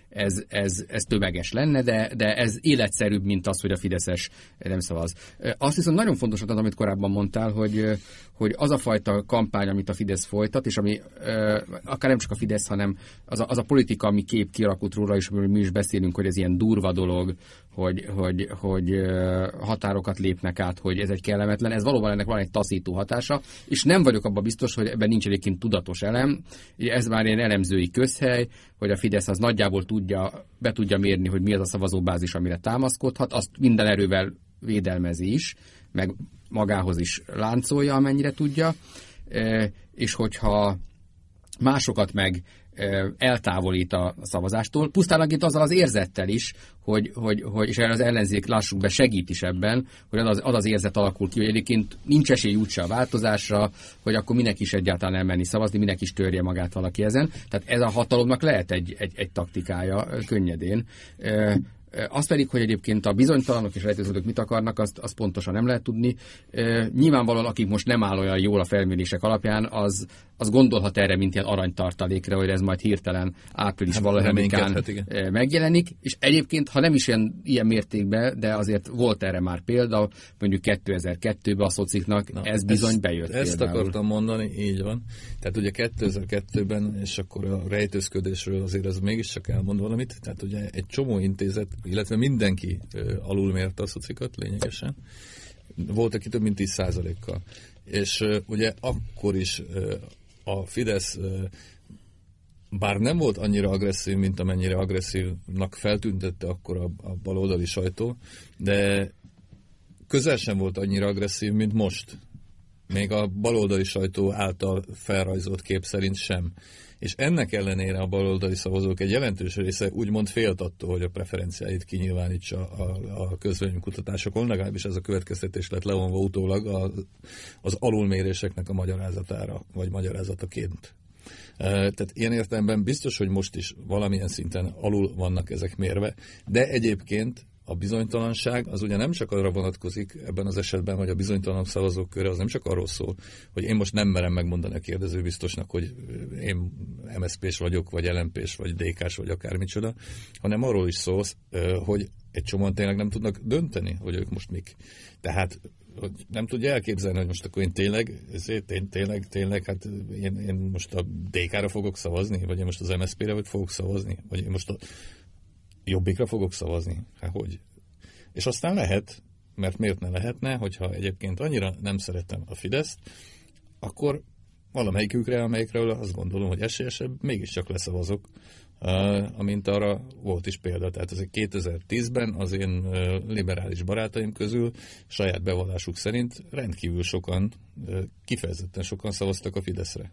ez tömeges lenne, de ez életszerűbb, mint az, hogy a fideszes nem szavaz. Azt viszont nagyon fontos, amit korábban mondtál, hogy az a fajta kampány, amit a Fidesz folytat, és ami akár nem csak a Fidesz, hanem az a politika, ami kép kialakult róla, és amiről mi is beszélünk, hogy ez ilyen durva dolog, hogy határokat lépnek át, hogy ez egy kellemetlen, ez valóban ennek van egy taszító hatása, és nem vagyok abban biztos, hogy ebben nincs egyébként tudatos elem. Ez már ilyen elemzői közhely, hogy a Fidesz az nagyjából be tudja mérni, hogy mi az a szavazóbázis, amire támaszkodhat, azt minden erővel védelmezi is, meg magához is láncolja, amennyire tudja, és hogyha másokat meg eltávolít a szavazástól, pusztán itt azzal az érzettel is, hogy és az ellenzék, lássuk be, segít is ebben, hogy az érzet alakul ki, hogy egyébként nincs esély úgyse a változásra, hogy akkor minek is egyáltalán elmenni szavazni, minek is törje magát valaki ezen. Tehát ez a hatalomnak lehet egy taktikája könnyedén. Az pedig, hogy egyébként a bizonytalanok és rejtőzködők mit akarnak, azt pontosan nem lehet tudni. Nyilvánvalóan, akik most nem áll olyan jól a felmérések alapján, az gondolhat erre, mint ilyen aranytartalékra, hogy ez majd hirtelen április valahányikán megjelenik. És egyébként, ha nem is ilyen mértékben, de azért volt erre már példa, mondjuk 2002-ben a szociknak ez bizony bejött. Ezt akartam mondani, így van. Tehát ugye 2002-ben, és akkor a rejtőzködésről azért ez mégiscsak elmond valamit, tehát ugye egy csomó intézet, illetve mindenki alulmérte a szocikat lényegesen. Volt, aki több mint 10%-kal. És ugye akkor is a Fidesz bár nem volt annyira agresszív, mint amennyire agresszívnak feltüntette akkor a baloldali sajtó, de közel sem volt annyira agresszív, mint most. Még a baloldali sajtó által felrajzolt kép szerint sem. És ennek ellenére a baloldali szavazók egy jelentős része úgymond félt attól, hogy a preferenciáit kinyilvánítsa a közvéleménykutatásokon, legalábbis ez a következtetés lett levonva utólag az alulméréseknek a magyarázatára, vagy magyarázataként. Tehát ilyen értelemben biztos, hogy most is valamilyen szinten alul vannak ezek mérve, de egyébként a bizonytalanság az ugye nem csak arra vonatkozik ebben az esetben, hogy a bizonytalan szavazók köre az nem csak arról szól, hogy én most nem merem megmondani a kérdezőbiztosnak, hogy én MSZP-s vagyok, vagy LMP-s, vagy DK-s, vagy akármicsoda, hanem arról is szól, hogy egy csomóan tényleg nem tudnak dönteni, hogy ők most mik. Tehát hogy nem tudja elképzelni, hogy most akkor én tényleg, hát én most a DK-ra fogok szavazni, vagy én most az MSZP-re fogok szavazni, vagy én most a Jobbikra fogok szavazni. Hát hogy? És aztán lehet, mert miért ne lehetne, hogyha egyébként annyira nem szeretem a Fideszt, akkor valamelyikükre, amelyikről azt gondolom, hogy esélyesebb, mégiscsak leszavazok, amint arra volt is példa. Tehát ez 2010-ben az én liberális barátaim közül saját bevallásuk szerint rendkívül sokan, kifejezetten sokan szavaztak a Fideszre.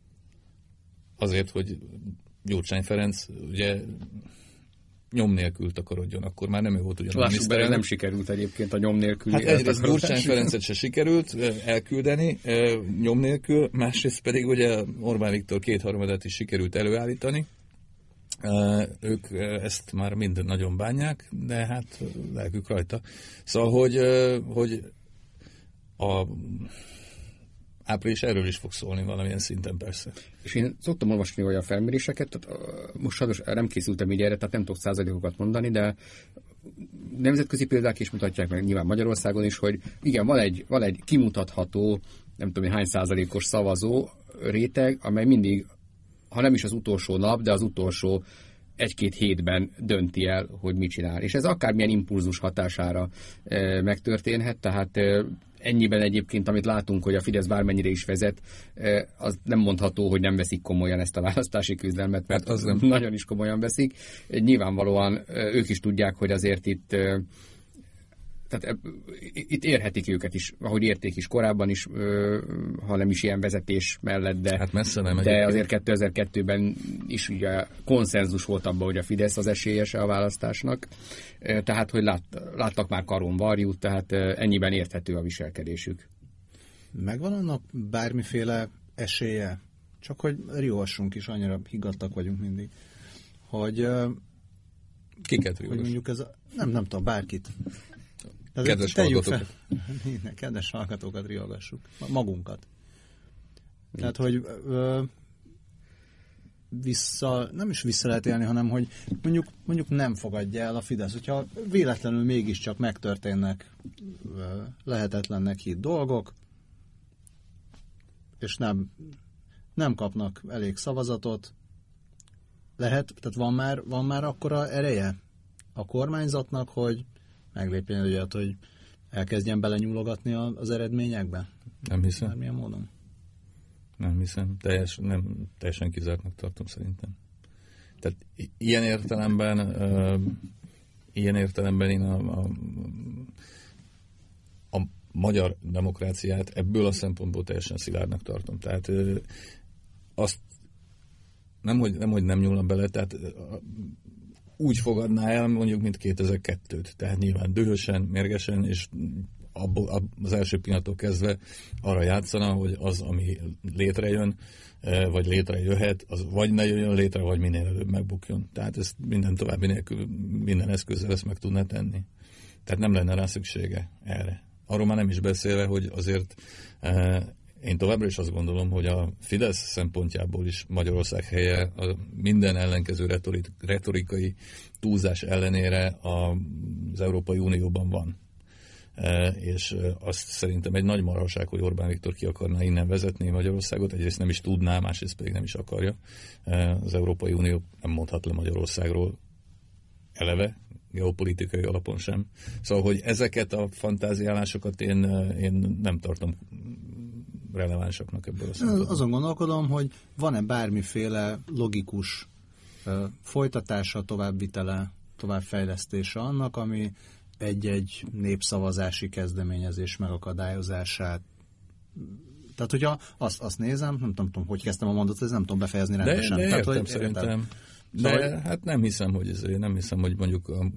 Azért, hogy Gyurcsány Ferenc ugye nyom nélkül takarodjon, akkor már nem ő volt ugyan a miniszterelnök. Nem sikerült egyébként a nyom nélkül. Hát egyrészt Gyurcsány Ferencet se sikerült elküldeni nyom nélkül, másrészt pedig ugye Orbán Viktor 2/3 is sikerült előállítani. Ők ezt már mind nagyon bánják, de hát lelkük rajta. Szóval, hogy április erről is fog szólni valamilyen szinten persze. És én szoktam olvasni olyan felméréseket, tehát most sajnos nem készültem így erre, tehát nem tudok százalékokat mondani, de nemzetközi példák is mutatják meg, nyilván Magyarországon is, hogy igen, van egy kimutatható, nem tudom, hány százalékos szavazó réteg, amely mindig, ha nem is az utolsó nap, de az utolsó 1-2 hétben dönti el, hogy mit csinál. És ez akármilyen impulzus hatására megtörténhet, tehát ennyiben egyébként, amit látunk, hogy a Fidesz bármennyire is vezet, az nem mondható, hogy nem veszik komolyan ezt a választási küzdelmet, mert az nem nagyon is komolyan veszik. Nyilvánvalóan ők is tudják, hogy azért itt érhetik őket is, ahogy érték is korábban is, ha nem is ilyen vezetés mellett, de, hát messze nem de azért 2002-ben is ugye konszenzus volt abban, hogy a Fidesz az esélyese a választásnak, tehát hogy láttak már karon varjút, tehát ennyiben érthető a viselkedésük. Megvan annak bármiféle esélye? Csak hogy riohassunk is, annyira higgadtak vagyunk mindig, hogy kiket hogy mondjuk ez nem tudom, bárkit. Kedves hallgatókat. Kedves hallgatókat riogassuk. Magunkat. Tehát, hogy nem is vissza lehet élni, hanem, hogy mondjuk nem fogadja el a Fidesz. Hogyha véletlenül mégiscsak megtörténnek lehetetlennek hitt dolgok, és nem kapnak elég szavazatot, tehát van már akkora ereje a kormányzatnak, hogy meglépjen olyat, hogy elkezdjen belenyúlogatni az eredményekbe? Nem hiszem. Bármilyen módon? Nem hiszem. Teljesen kizártnak tartom szerintem. Tehát ilyen értelemben én a magyar demokráciát ebből a szempontból teljesen szilárdnak tartom. Tehát azt nemhogy nem nyúlna bele, tehát úgy fogadná el, mondjuk, mint 2002-t. Tehát nyilván dühösen, mérgesen, és az első pillanattól kezdve arra játszana, hogy az, ami létrejön, vagy létrejöhet, az vagy ne jöjjön létre, vagy minél előbb megbukjon. Tehát ezt minden további nélkül, minden eszközzel ezt meg tudná tenni. Tehát nem lenne rá szüksége erre. Arról már nem is beszélve, hogy azért én továbbra is azt gondolom, hogy a Fidesz szempontjából is Magyarország helye a minden ellenkező retorikai túlzás ellenére az Európai Unióban van. És azt szerintem egy nagy marhaság, hogy Orbán Viktor ki akarná innen vezetni Magyarországot. Egyrészt nem is tudná, másrészt pedig nem is akarja. Az Európai Unió nem mondhat le Magyarországról eleve, geopolitikai alapon sem. Szóval, hogy ezeket a fantáziálásokat én nem tartom relevánsaknak ebből a szempontból. Azon gondolkodom, hogy van-e bármiféle logikus folytatása, továbbvitele, továbbfejlesztése annak, ami egy-egy népszavazási kezdeményezés megakadályozását. Tehát, hogyha azt nézem, nem tudom, hogy kezdtem a mondatot, ez nem tudom befejezni rendesen. De Tehát, értem, szerintem. De hát nem hiszem, hogy mondjuk a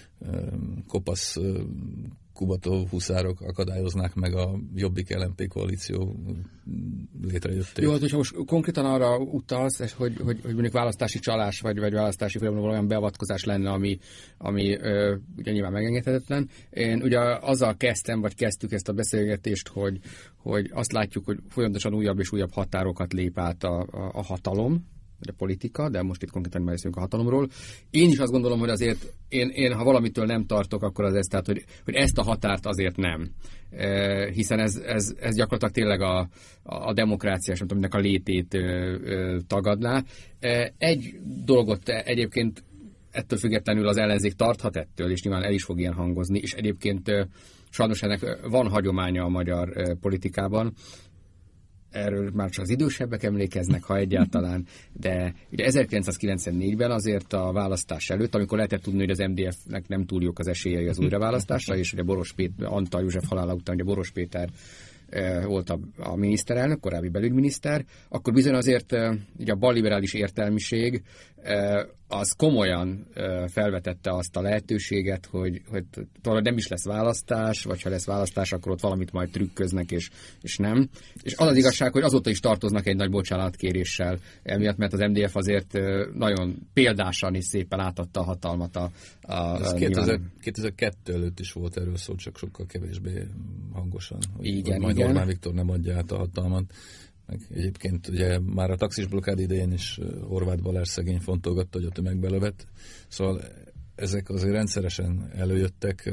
kopasz Kubatov huszárok akadályoznák meg a Jobbik LMP koalíció létrejöttét. Jó, hát hogyha most konkrétan arra utalsz, hogy mondjuk választási csalás, vagy választási folyamatban olyan beavatkozás lenne, ami ugye nyilván megengedhetetlen. Én ugye azzal kezdtük ezt a beszélgetést, hogy azt látjuk, hogy folyamatosan újabb és újabb határokat lép át a hatalom, a politika, de most itt konkrétan beszélünk a hatalomról. Én is azt gondolom, hogy azért én ha valamitől nem tartok, akkor az ez, tehát, hogy ezt a határt azért nem. Hiszen ez gyakorlatilag tényleg a demokrácia, és aminek a létét tagadná. Egy dolgot egyébként ettől függetlenül az ellenzék tarthat ettől, és nyilván el is fog ilyen hangozni, és egyébként sajnos ennek van hagyománya a magyar politikában. Erről már csak az idősebbek emlékeznek, ha egyáltalán, de ugye 1994-ben azért a választás előtt, amikor lehetett tudni, hogy az MDF-nek nem túl jók az esélyei az újraválasztásra, és ugye Antal József halála után ugye Boros Péter volt a miniszterelnök, korábbi belügyminiszter, akkor bizony azért ugye a balliberális értelmiség az komolyan felvetette azt a lehetőséget, hogy nem is lesz választás, vagy ha lesz választás, akkor ott valamit majd trükköznek, és nem. És az igazság, hogy azóta is tartoznak egy nagy bocsánatkéréssel emiatt, mert az MDF azért nagyon példásan és szépen átadta a hatalmat Ez 2002 előtt is volt erről szó, csak sokkal kevésbé hangosan, hogy igen, majd igen. Orbán Viktor nem adja át a hatalmat. Meg egyébként ugye már a taxis blokkád idején is Horváth Balázs szegény fontolgatta, hogy a tömegbe lövet. Szóval ezek azért rendszeresen előjöttek.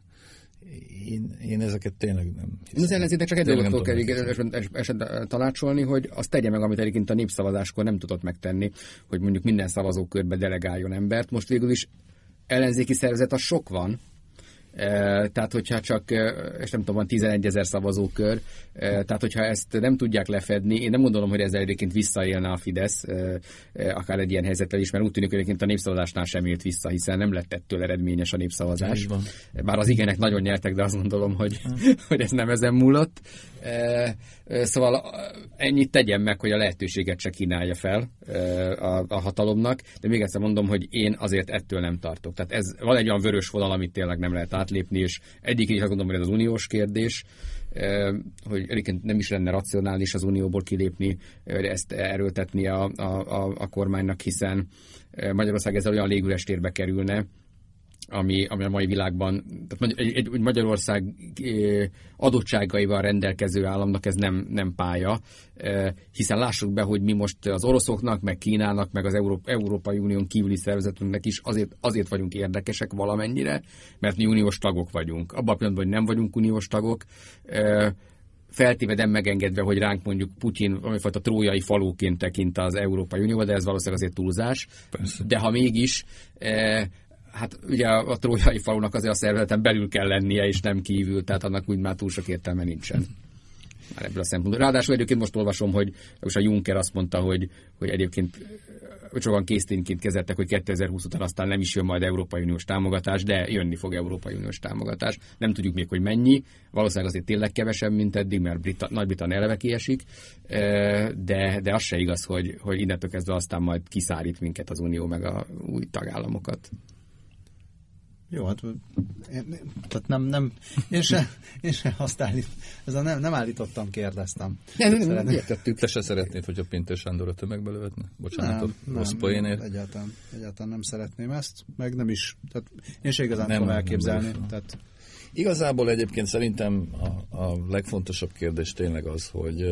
Én ezeket tényleg nem hiszem. Az ellenzéknek csak egy dolgot kell tanácsolni, hogy azt tegye meg, amit egyébként a népszavazáskor nem tudott megtenni, hogy mondjuk minden szavazókörbe delegáljon embert. Most végül is ellenzéki szervezet az sok van, tehát hogyha csak, és nem tudom, van 11 000 szavazókör, tehát hogyha ezt nem tudják lefedni, én nem gondolom, hogy ezzel egyébként visszaélne a Fidesz, akár egy ilyen helyzettel is, mert úgy tűnik, hogy egyébként a népszavazásnál sem élt vissza, hiszen nem lett ettől eredményes a népszavazás. Bár az igenek nagyon nyertek, de azt gondolom, hogy ez nem ezen múlott. Szóval ennyit tegyen meg, hogy a lehetőséget se kínálja fel a hatalomnak, de még egyszer mondom, hogy én azért ettől nem tartok. Tehát ez van egy olyan vörös vonal, amit tényleg nem lehet átlépni, és egyik is azt gondolom, hogy ez az uniós kérdés, hogy egyébként nem is lenne racionális az unióból kilépni, ezt erőltetni a kormánynak, hiszen Magyarország ezzel olyan légürestérbe kerülne, ami a mai világban, tehát egy Magyarország adottságaival rendelkező államnak ez nem pálya, hiszen lássuk be, hogy mi most az oroszoknak, meg Kínának, meg az Európai Unión kívüli szervezetünknek is azért vagyunk érdekesek valamennyire, mert mi uniós tagok vagyunk. Abban a pillanatban, hogy nem vagyunk uniós tagok, feltéve nem megengedve, hogy ránk mondjuk Putyin valamifajta trójai falóként tekint az Európai Unióba, de ez valószínűleg azért túlzás. Persze. De ha mégis, hát ugye a trójai falunak azért a szervezeten belül kell lennie, és nem kívül, tehát annak úgy már túl sok értelme nincsen. Már ebből a szempontból. Ráadásul egyébként most olvasom, hogy most a Juncker azt mondta, hogy egyébként sokan késztényként kezeltek, hogy 2020 után aztán nem is jön majd Európai Uniós támogatás, de jönni fog Európai Uniós támogatás. Nem tudjuk még, hogy mennyi. Valószínűleg azért tényleg kevesebb, mint eddig, mert Nagy-Britannia eleve kiesik, de az se igaz, hogy innentől kezdve aztán majd kiszárít minket az Unió meg a új tagállamokat. Jó, hát tehát én se azt nem állítottam, kérdeztem. Nem értettük. Te se szeretnéd, hogy a Pintér Sándor a tömegbe lövetne? Bocsánat, a rossz poénért. Egyáltalán nem szeretném ezt, meg nem is, tehát én se igazán tudom elképzelni. Tehát... Igazából egyébként szerintem a legfontosabb kérdés tényleg az, hogy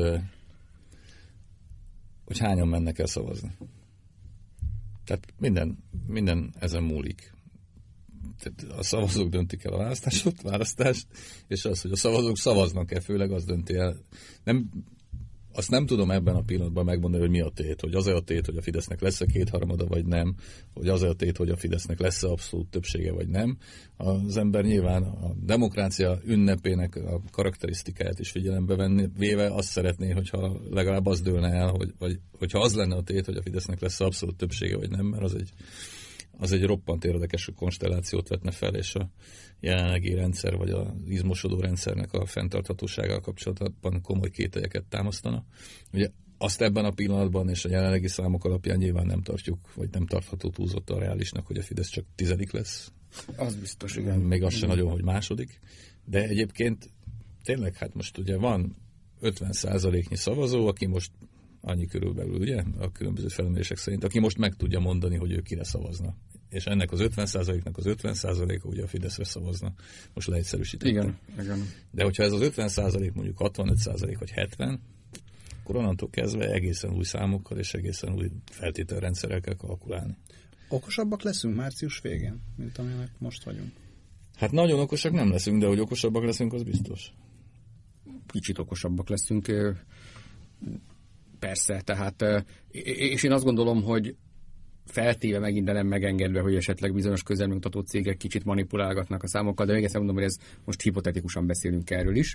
hányan mennek el szavazni. Tehát minden ezen múlik. Tehát a szavazók döntik el a választást, és az, hogy a szavazók szavaznak-e, főleg az dönti el. Azt nem tudom ebben a pillanatban megmondani, hogy mi a tét, hogy az-e a tét, hogy a Fidesznek lesz-e kétharmada, vagy nem, hogy az-e a tét, hogy a Fidesznek lesz-e abszolút többsége, vagy nem. Az ember nyilván a demokrácia ünnepének a karakterisztikáját is figyelembe véve azt szeretné, hogyha legalább az dőlne el, hogyha az lenne a tét, hogy a Fidesznek lesz abszolút többsége, vagy nem, mert az egy roppant érdekes konstellációt vetne fel, és a jelenlegi rendszer, vagy az izmosodó rendszernek a fenntarthatósággal kapcsolatban komoly kételyeket támasztana. Ugye azt ebben a pillanatban és a jelenlegi számok alapján nyilván nem tartjuk, vagy nem tartható túlzottan reálisnak, hogy a Fidesz csak 10. lesz. Az biztos, igen. Még az sem nagyon, hogy második. De egyébként tényleg, hát most ugye van 50%-nyi szavazó, aki most annyi körülbelül, ugye, a különböző felmérések szerint, aki most meg tudja mondani, hogy ő kire szavazna. És ennek az 50%-nak az 50%-a ugye a Fideszre szavazna. Most leegyszerűsítettem. Igen. De hogyha ez az 50% mondjuk 65% vagy 70%, akkor onnantól kezdve egészen új számokkal és egészen új feltételrendszerrel kell kalkulálni. Okosabbak leszünk március végén, mint amilyenek most vagyunk? Hát nagyon okosak nem leszünk, de hogy okosabbak leszünk, az biztos. Kicsit okosabbak leszünk, persze, tehát, és én azt gondolom, hogy feltéve megint, de nem megengedve, hogy esetleg bizonyos közelmutató cégek kicsit manipulálgatnak a számokkal, de még ezt mondom, hogy ez most hipotetikusan beszélünk erről is.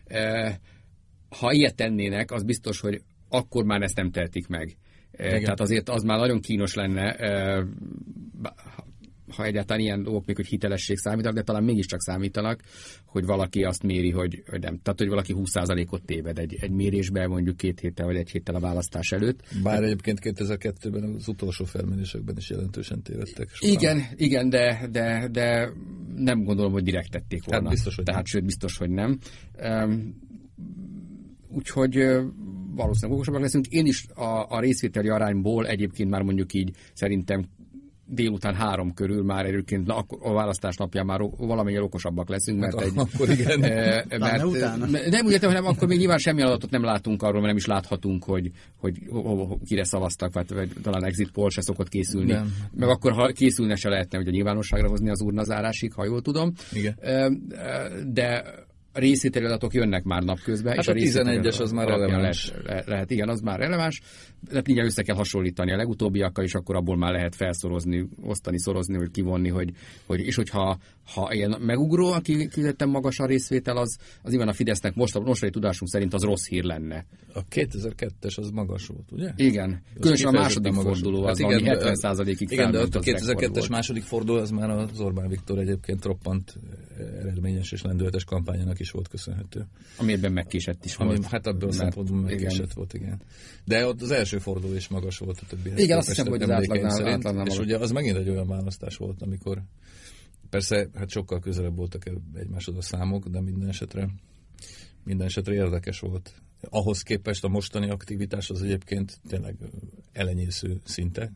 Ha ilyet tennének, az biztos, hogy akkor már ezt nem tehetik meg. Tehát azért az már nagyon kínos lenne, ha egyáltalán ilyen dolgok még, hogy hitelesség számítanak, de talán mégiscsak számítanak, hogy valaki azt méri, hogy nem. Tehát, hogy valaki 20%-ot téved egy mérésben, mondjuk 2 héttel vagy 1 héttel a választás előtt. Bár egyébként 2002-ben az utolsó felmérésekben is jelentősen tévedtek. Igen, de nem gondolom, hogy direkt tették volna. Sőt, biztos, hogy nem. Úgyhogy valószínűleg okosabbak leszünk. Én is a részvételi arányból egyébként már mondjuk így szerintem délután 3 körül már egyébként a választás napján már valamennyire okosabbak leszünk, mert akkor igen. Nem úgy értem, hanem akkor még nyilván semmi adatot nem látunk arról, mert nem is láthatunk, hogy kire szavaztak, vagy talán exit poll se szokott készülni. Nem. Meg akkor, ha készülne, se lehetne ugye nyilvánosságra hozni az urnazárásig, ha jól tudom. Igen. De a részvételi adatok jönnek már napközben. Hát és a 11-es az már releváns. Lehet, igen, az már releváns. Tehát mindjárt össze kell hasonlítani a legutóbbiakkal, és akkor abból már lehet felszorozni, osztani, szorozni, vagy kivonni, és hogyha ilyen megugró, aki kifejezetten magas a részvétel, az nyilván a Fidesznek mostani tudásunk szerint az rossz hír lenne. A 2002-es az magas volt, ugye? Igen. Különösen a második forduló az, ami 70%-ig igen, de ott a 2002-es második forduló az már az Orbán Viktor egyébként roppant eredményes és lendületes kampányának is volt köszönhető. Amiben megkésett is volt. Hát abból a szempontból megkésett volt, igen. De ott az első forduló is magas volt a többihez. Igen, azt hiszem, hogy az átlagnál és ugye az megint egy olyan választás volt, amikor persze hát sokkal közelebb voltak egymáshoz a számok, de minden esetre érdekes volt. Ahhoz képest a mostani aktivitás az egyébként tényleg elenyésző szinte.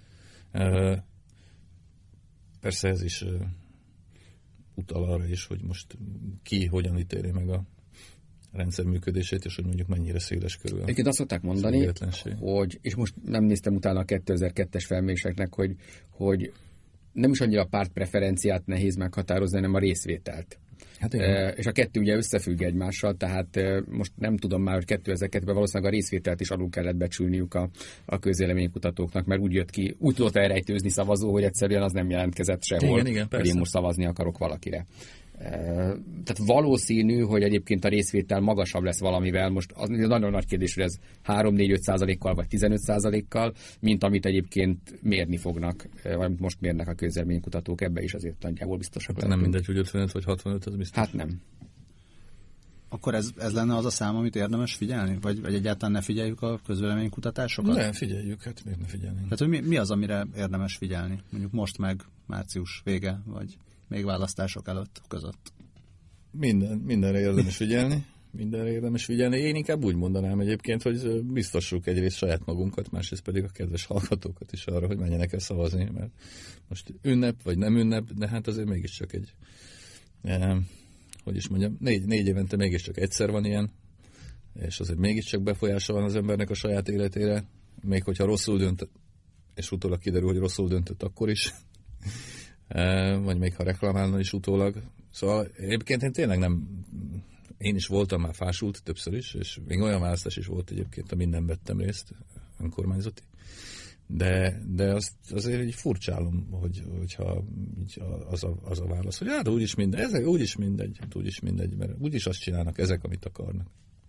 Persze ez is utal arra is, hogy most ki hogyan ítéli meg a rendszer működését, és hogy mondjuk mennyire széles körül. Egyébként azt szokták mondani, hogy, és most nem néztem utána a 2002-es felméréseknek, hogy nem is annyira a pártpreferenciát nehéz meghatározni, hanem a részvételt. Hát és a kettő ugye összefügg egymással, tehát most nem tudom már, hogy 2002-ben valószínűleg a részvételt is alul kellett becsülniük a közvéleménykutatóknak, mert úgy tudott elrejtőzni szavazó, hogy egyszerűen az nem jelentkezett sehol, igen, hogy én most szavazni akarok valakire. Tehát valószínű, hogy egyébként a részvétel magasabb lesz valamivel, most az nagyon nagy kérdés, hogy ez 3-4-5%-kal vagy 15%-kal, mint amit egyébként mérni fognak, vagy amit most mérnek a közvéleménykutatók, ebbe is azért nagyjából biztosak lehetünk. Nem mindegy, hogy 55 vagy 65, az biztos. Hát nem. Akkor ez lenne az a szám, amit érdemes figyelni? Vagy egyáltalán ne figyeljük a közvéleménykutatásokat? Nem, figyeljük, hát miért ne figyelnénk? Tehát, hogy mi az, amire érdemes figyelni? Mondjuk most meg március vége, vagy még választások előtt között. Mindenre érdemes figyelni. Mindenre érdemes figyelni. Én inkább úgy mondanám egyébként, hogy biztosuk egyrészt saját magunkat, másrészt pedig a kedves hallgatókat is arra, hogy menjenek el szavazni, mert most ünnep vagy nem ünnep, de hát azért mégiscsak egy, hogy is mondjam, négy évente mégiscsak egyszer van ilyen, és azért mégiscsak befolyása van az embernek a saját életére, még hogyha rosszul dönt, és utólag kiderül, hogy rosszul döntött akkor is, vagy még ha reklamálna is utólag. Szóval egyébként én tényleg nem, én is voltam már fásult többször is, és még olyan választás is volt egyébként, amin nem vettem részt, önkormányzati. De azt azért így furcsálom, hogyha az a válasz, hogy hát úgyis mindegy, mert úgyis azt csinálnak ezek, amit akarnak.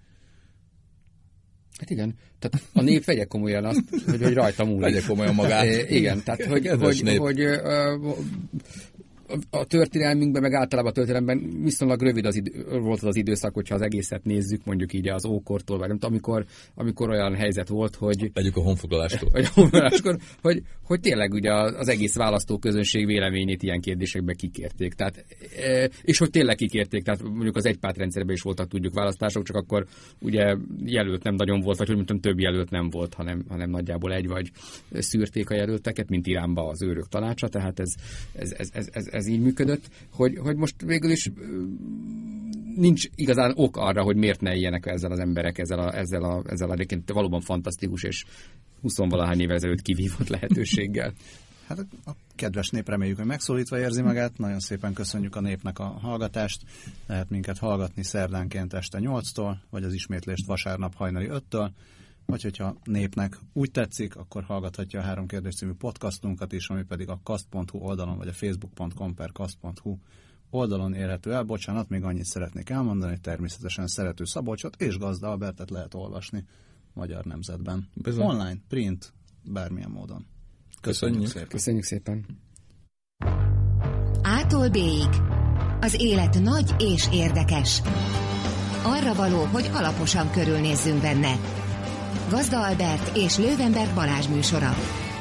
Hát igen, tehát a nép vegye komolyan azt, hogy rajta múlik. Vegye komolyan magát. Igen, tehát hogy a történelmünkben, meg általában a történelemben viszonylag rövid volt az időszak, hogyha az egészet nézzük, mondjuk így az ókortól, vagy nem tudom, amikor olyan helyzet volt, hogy... Legyük a honfoglalástól. hogy tényleg ugye az egész választóközönség véleményét ilyen kérdésekbe kikérték. Tehát, és hogy tényleg kikérték, tehát mondjuk az egypártrendszerben is voltak, tudjuk, választások, csak akkor ugye jelölt nem nagyon volt, vagy hogy mondtam, több jelölt nem volt, hanem nagyjából egy vagy szűrték a jelölteket, mint Iránba az őrök tanácsa, tehát ez így működött, hogy most végül is nincs igazán ok arra, hogy miért ne éljenek ezzel az emberek, ezzel a valóban fantasztikus és 20-valahány évvel ezelőtt kivívott lehetőséggel. Hát a kedves nép, reméljük, hogy megszólítva érzi magát. Nagyon szépen köszönjük a népnek a hallgatást. Lehet minket hallgatni szerdánként este 8-tól, vagy az ismétlést vasárnap hajnali 5-től. Vagy hogyha népnek úgy tetszik, akkor hallgathatja a 3 kérdés című podcastunkat is, ami pedig a kast.hu oldalon, vagy a facebook.com/kast.hu oldalon érhető el. Bocsánat, még annyit szeretnék elmondani, természetesen Szerető Szabolcsot és Gazda Albertet lehet olvasni Magyar Nemzetben. Bizony. Online, print, bármilyen módon. Köszönjük szépen. Köszönjük szépen. A-tól B-ig. Az élet nagy és érdekes. Arra való, hogy alaposan körülnézzünk benne. Gazda Albert és Löwenberg Balázs műsora.